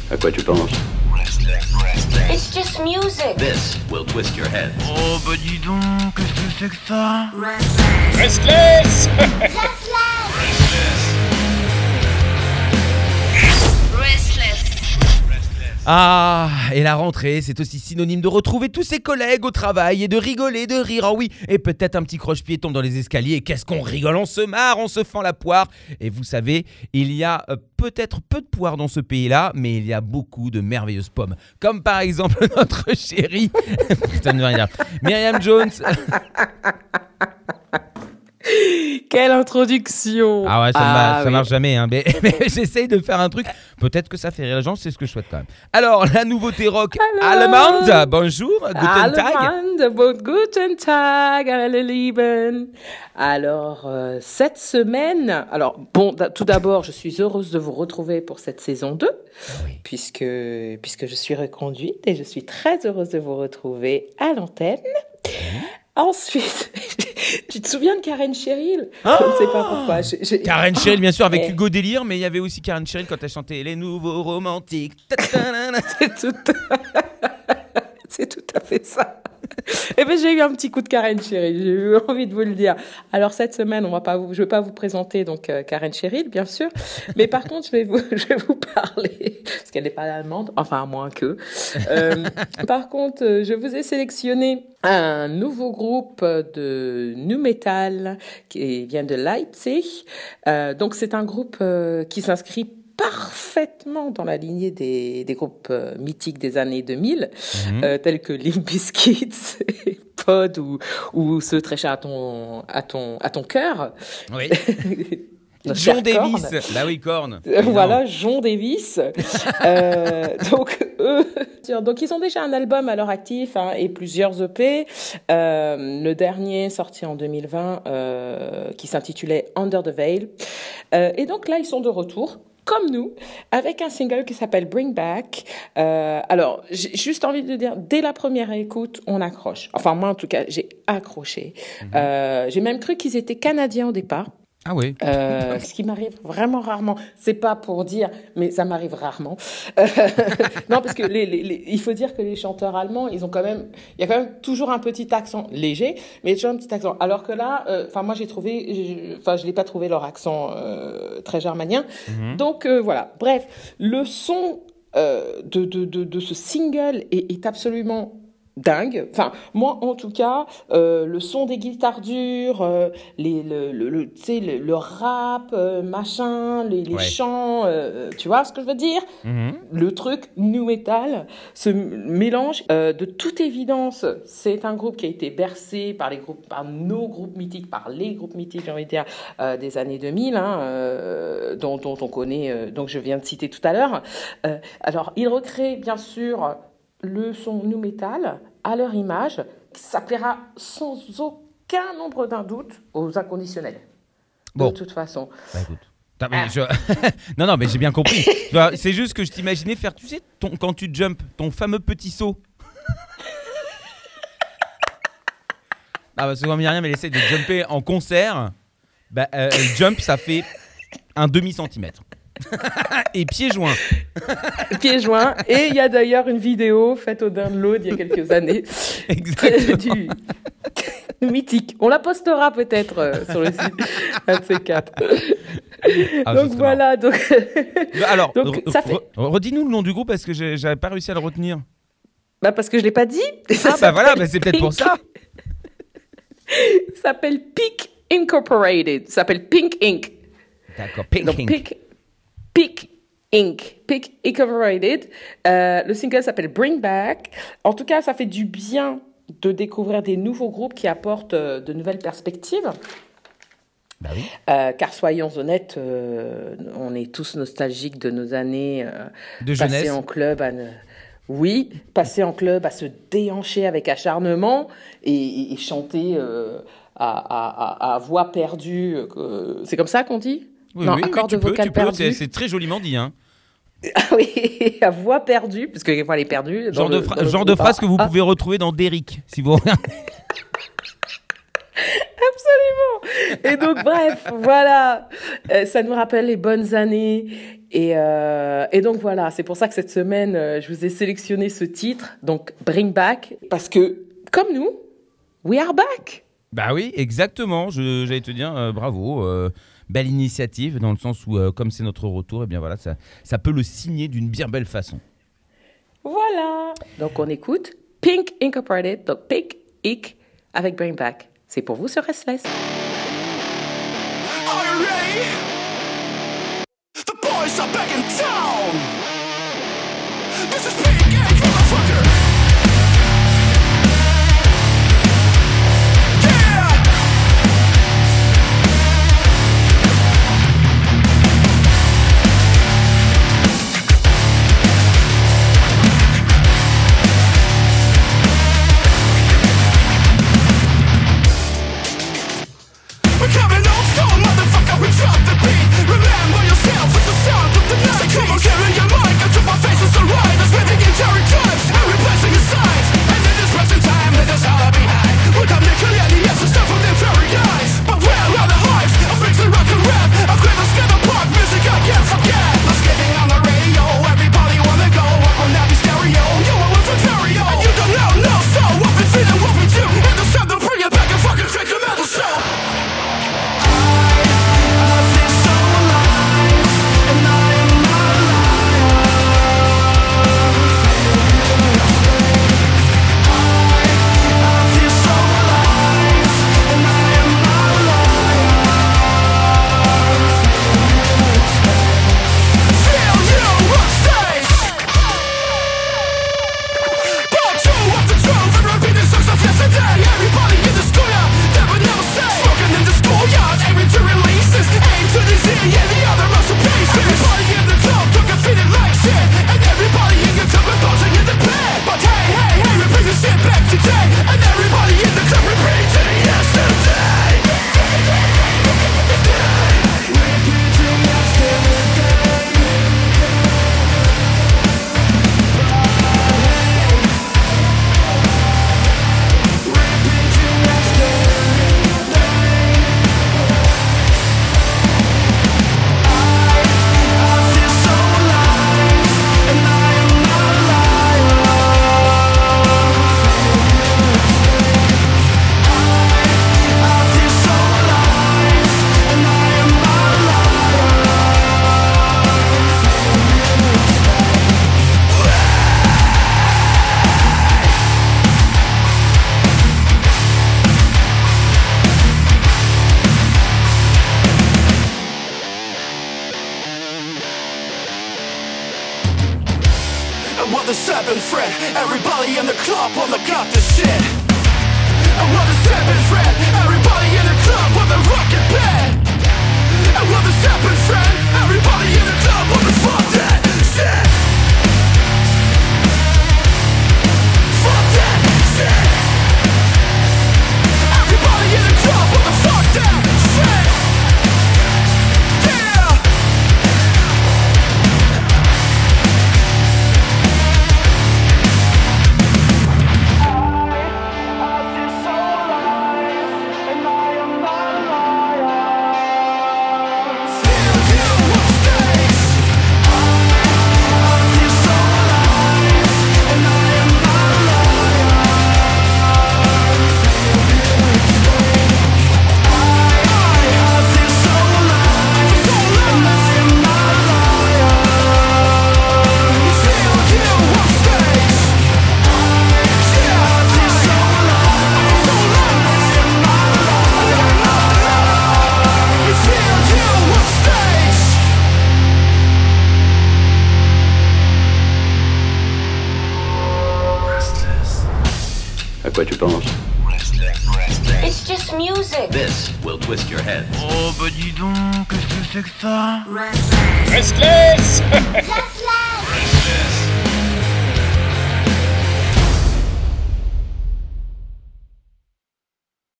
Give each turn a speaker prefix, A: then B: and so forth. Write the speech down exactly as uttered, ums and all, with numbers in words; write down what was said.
A: À quoi tu penses?
B: It's just music.
A: This will twist your head.
C: Oh bah dis donc, qu'est-ce que c'est que ça?
D: Restless.
E: Ah, et la rentrée, c'est aussi synonyme de retrouver tous ses collègues au travail et de rigoler, de rire, oh oui, et peut-être un petit croche-pied tombe dans les escaliers, et qu'est-ce qu'on rigole, on se marre, on se fend la poire. Et vous savez, il y a euh, peut-être peu de poire dans ce pays-là, mais il y a beaucoup de merveilleuses pommes. Comme par exemple notre chérie, putain de rien dire, Myriam Jones.
F: Quelle introduction!
E: Ah ouais, ça,
F: ah,
E: marche, ça
F: oui.
E: marche jamais, hein. mais, mais j'essaye de faire un truc. Peut-être que ça fait rire les gens, c'est ce que je souhaite quand même. Alors, la nouveauté rock allemande, bonjour, guten Tag.
F: Allemande, bon, guten Tag, alle Lieben. Alors, euh, cette semaine, alors, bon, d- tout d'abord, je suis heureuse de vous retrouver pour cette saison deux,
E: Oui.
F: puisque, puisque je suis reconduite et je suis très heureuse de vous retrouver à l'antenne. Ensuite, tu te souviens de Karen Cheryl?
E: Ah
F: Je ne sais pas pourquoi. J'ai, j'ai...
E: Karen Cheryl, bien sûr, avec
F: Eh.
E: Hugo Délire, mais il y avait aussi Karen Cheryl quand elle chantait Les Nouveaux Romantiques.
F: C'est tout... C'est tout à fait ça. Eh ben, j'ai eu un petit coup de Karen Cheryl, j'ai eu envie de vous le dire. Alors cette semaine, on va pas vous, je vais pas vous présenter donc euh, Karen Cheryl, bien sûr, mais par contre, je vais vous, je vais vous parler parce qu'elle n'est pas allemande, enfin à moins que. Euh, par contre, euh, je vous ai sélectionné un nouveau groupe de nu metal qui vient de Leipzig. Euh, donc c'est un groupe euh, qui s'inscrit parfaitement dans la lignée des, des groupes euh, mythiques des années deux mille,
E: Mhm.
F: euh, tels que Limp Bizkit, Pod ou, ou ceux très chers à ton, à ton, à ton cœur.
E: Oui.
F: Notre
E: John
F: cher
E: Davis,
F: Korn.
E: là oui, Korn.
F: Euh, Voilà, John Davis. euh, donc, eux, donc, ils ont déjà un album à leur actif hein, et plusieurs E P. Euh, le dernier, sorti en deux mille vingt, euh, qui s'intitulait Under the Veil. Euh, et donc là, ils sont de retour, comme nous, avec un single qui s'appelle Bring Back. Euh, alors, j'ai juste envie de dire, dès la première écoute, on accroche. Enfin, moi, en tout cas, j'ai accroché. Mm-hmm. Euh, j'ai même cru qu'ils étaient canadiens au départ.
E: Ah oui.
F: Euh, ce qui m'arrive vraiment rarement. C'est pas pour dire, mais ça m'arrive rarement. Euh, non, parce que les, les, les, il faut dire que les chanteurs allemands, ils ont quand même, il y a quand même toujours un petit accent léger, mais il y a toujours un petit accent. Alors que là, enfin euh, moi j'ai trouvé, enfin je, je l'ai pas trouvé leur accent euh, très germanien. Mm-hmm. Donc euh, voilà. Bref, le son euh, de, de de de ce single est, est absolument dingue. Enfin, moi, en tout cas, euh, le son des guitares dures, euh, les, le, le, le, tu sais, le, le rap, euh, machin, les, les ouais. chants, euh, tu vois ce que je veux dire? Mm-hmm. Le truc nu metal, ce mélange, euh, de toute évidence, c'est un groupe qui a été bercé par les groupes, par nos groupes mythiques, par les groupes mythiques, j'ai envie de dire, euh, des années deux mille, hein, euh, dont, dont on connaît, euh, donc je viens de citer tout à l'heure. Euh, alors, ils recréent, bien sûr, le son nu metal à leur image, ça plaira sans aucun nombre d'un doute aux inconditionnels. Bon. De toute façon.
E: Bah écoute. Ah. Je... non, non, mais j'ai bien compris. C'est juste que je t'imaginais faire, tu sais, ton, quand tu jumps, ton fameux petit saut. Ah, parce que quand Myriam, elle essaie de jumper en concert, bah, euh, elle jump, ça fait un demi-centimètre. Et pieds joints.
F: Pieds joints. Et il y a d'ailleurs une vidéo faite au download il y a quelques années.
E: Exactement.
F: Du... mythique. On la postera peut-être euh, sur le site. Un de ces quatre. Ah, donc voilà. Donc...
E: Alors,
F: donc,
E: re-
F: ça fait...
E: re- redis-nous le nom du groupe parce que j'ai, j'avais pas réussi à le retenir.
F: Bah parce que je l'ai pas dit.
E: Ah bah voilà, bah c'est peut-être pour ça.
F: Ça s'appelle Peak Incorporated. Ça s'appelle Pink Inc.
E: D'accord, Pink
F: donc,
E: Inc.
F: Peak, Peak Inc. Peak Incorporated. Euh, le single s'appelle Bring Back. En tout cas, ça fait du bien de découvrir des nouveaux groupes qui apportent euh, de nouvelles perspectives.
E: Bah oui.
F: euh, car soyons honnêtes, euh, on est tous nostalgiques de nos années euh,
E: de
F: passées
E: jeunesse.
F: en club. À ne... Oui, passer en club à se déhancher avec acharnement et, et, et chanter euh, à, à, à, à voix perdue. Euh, c'est comme ça qu'on dit?
E: Oui,
F: non,
E: oui,
F: accord
E: oui, tu
F: de
E: peux,
F: vocal
E: tu peux,
F: perdu.
E: c'est, c'est très joliment dit, hein.
F: Ah oui, à voix perdue, parce que des fois elle est perdue.
E: Genre
F: le,
E: de, fra- genre de phrase que vous
F: ah.
E: pouvez retrouver dans Derrick, si vous regardez.
F: Absolument. Et donc, bref, voilà. Euh, ça nous rappelle les bonnes années. Et, euh, et donc, voilà. C'est pour ça que cette semaine, euh, je vous ai sélectionné ce titre. Donc, Bring Back. Parce que, comme nous, we are back.
E: Bah oui, exactement. Je, j'allais te dire euh, bravo. Euh, belle initiative, dans le sens où, euh, comme c'est notre retour, et bien voilà, ça, ça peut le signer d'une bien belle façon.
F: Voilà. Donc, on écoute Pink Incorporated. Donc, Pink Inc avec Bring Back. C'est pour vous sur Restless.
A: Are you ready? The boys are back in town. This is Pink Inc, motherfucker. We drop the beat, remember yourself, it's the sound of the night. So come on, carry your mic until my face is alright. That's where the entire times, and replacing your sides. And in this present time, let us all behind. We come to clear the essence stuff from their very eyes. But where are the hypes of mixing rock and rap? I've created a scatter punk music I can't forget. Let's get it on the radio, everybody wanna go. Up on that stereo, you are with Ontario. And you don't know, no, so what we feeling, what we do. And it's time to bring it back and fucking take the metal show. Everybody in the schoolyard, never never say. Smoking in the schoolyard, aiming to releases. Aim to the Z, yeah, the other masterpieces. Everybody in the club, talking feeling like shit. And everybody in the club is bouncing in the bed. But hey, hey, hey, we bring the shit back today. And everybody in the club repeating yesterday. Repeating yesterday. What the seventh fret, everybody in the club wanna got this shit. And what the seventh fret, everybody in the club wanna rock it bad. And what the seventh fret, everybody in the club wanna fuck that shit. Fuck that shit. Everybody in the club wanna fuck that shit. Yeah.
G: À quoi tu penses?
B: It's just music.
G: This will twist your head.
C: Oh bah dis donc, qu'est-ce que c'est que ça?
D: Restless.
B: Restless.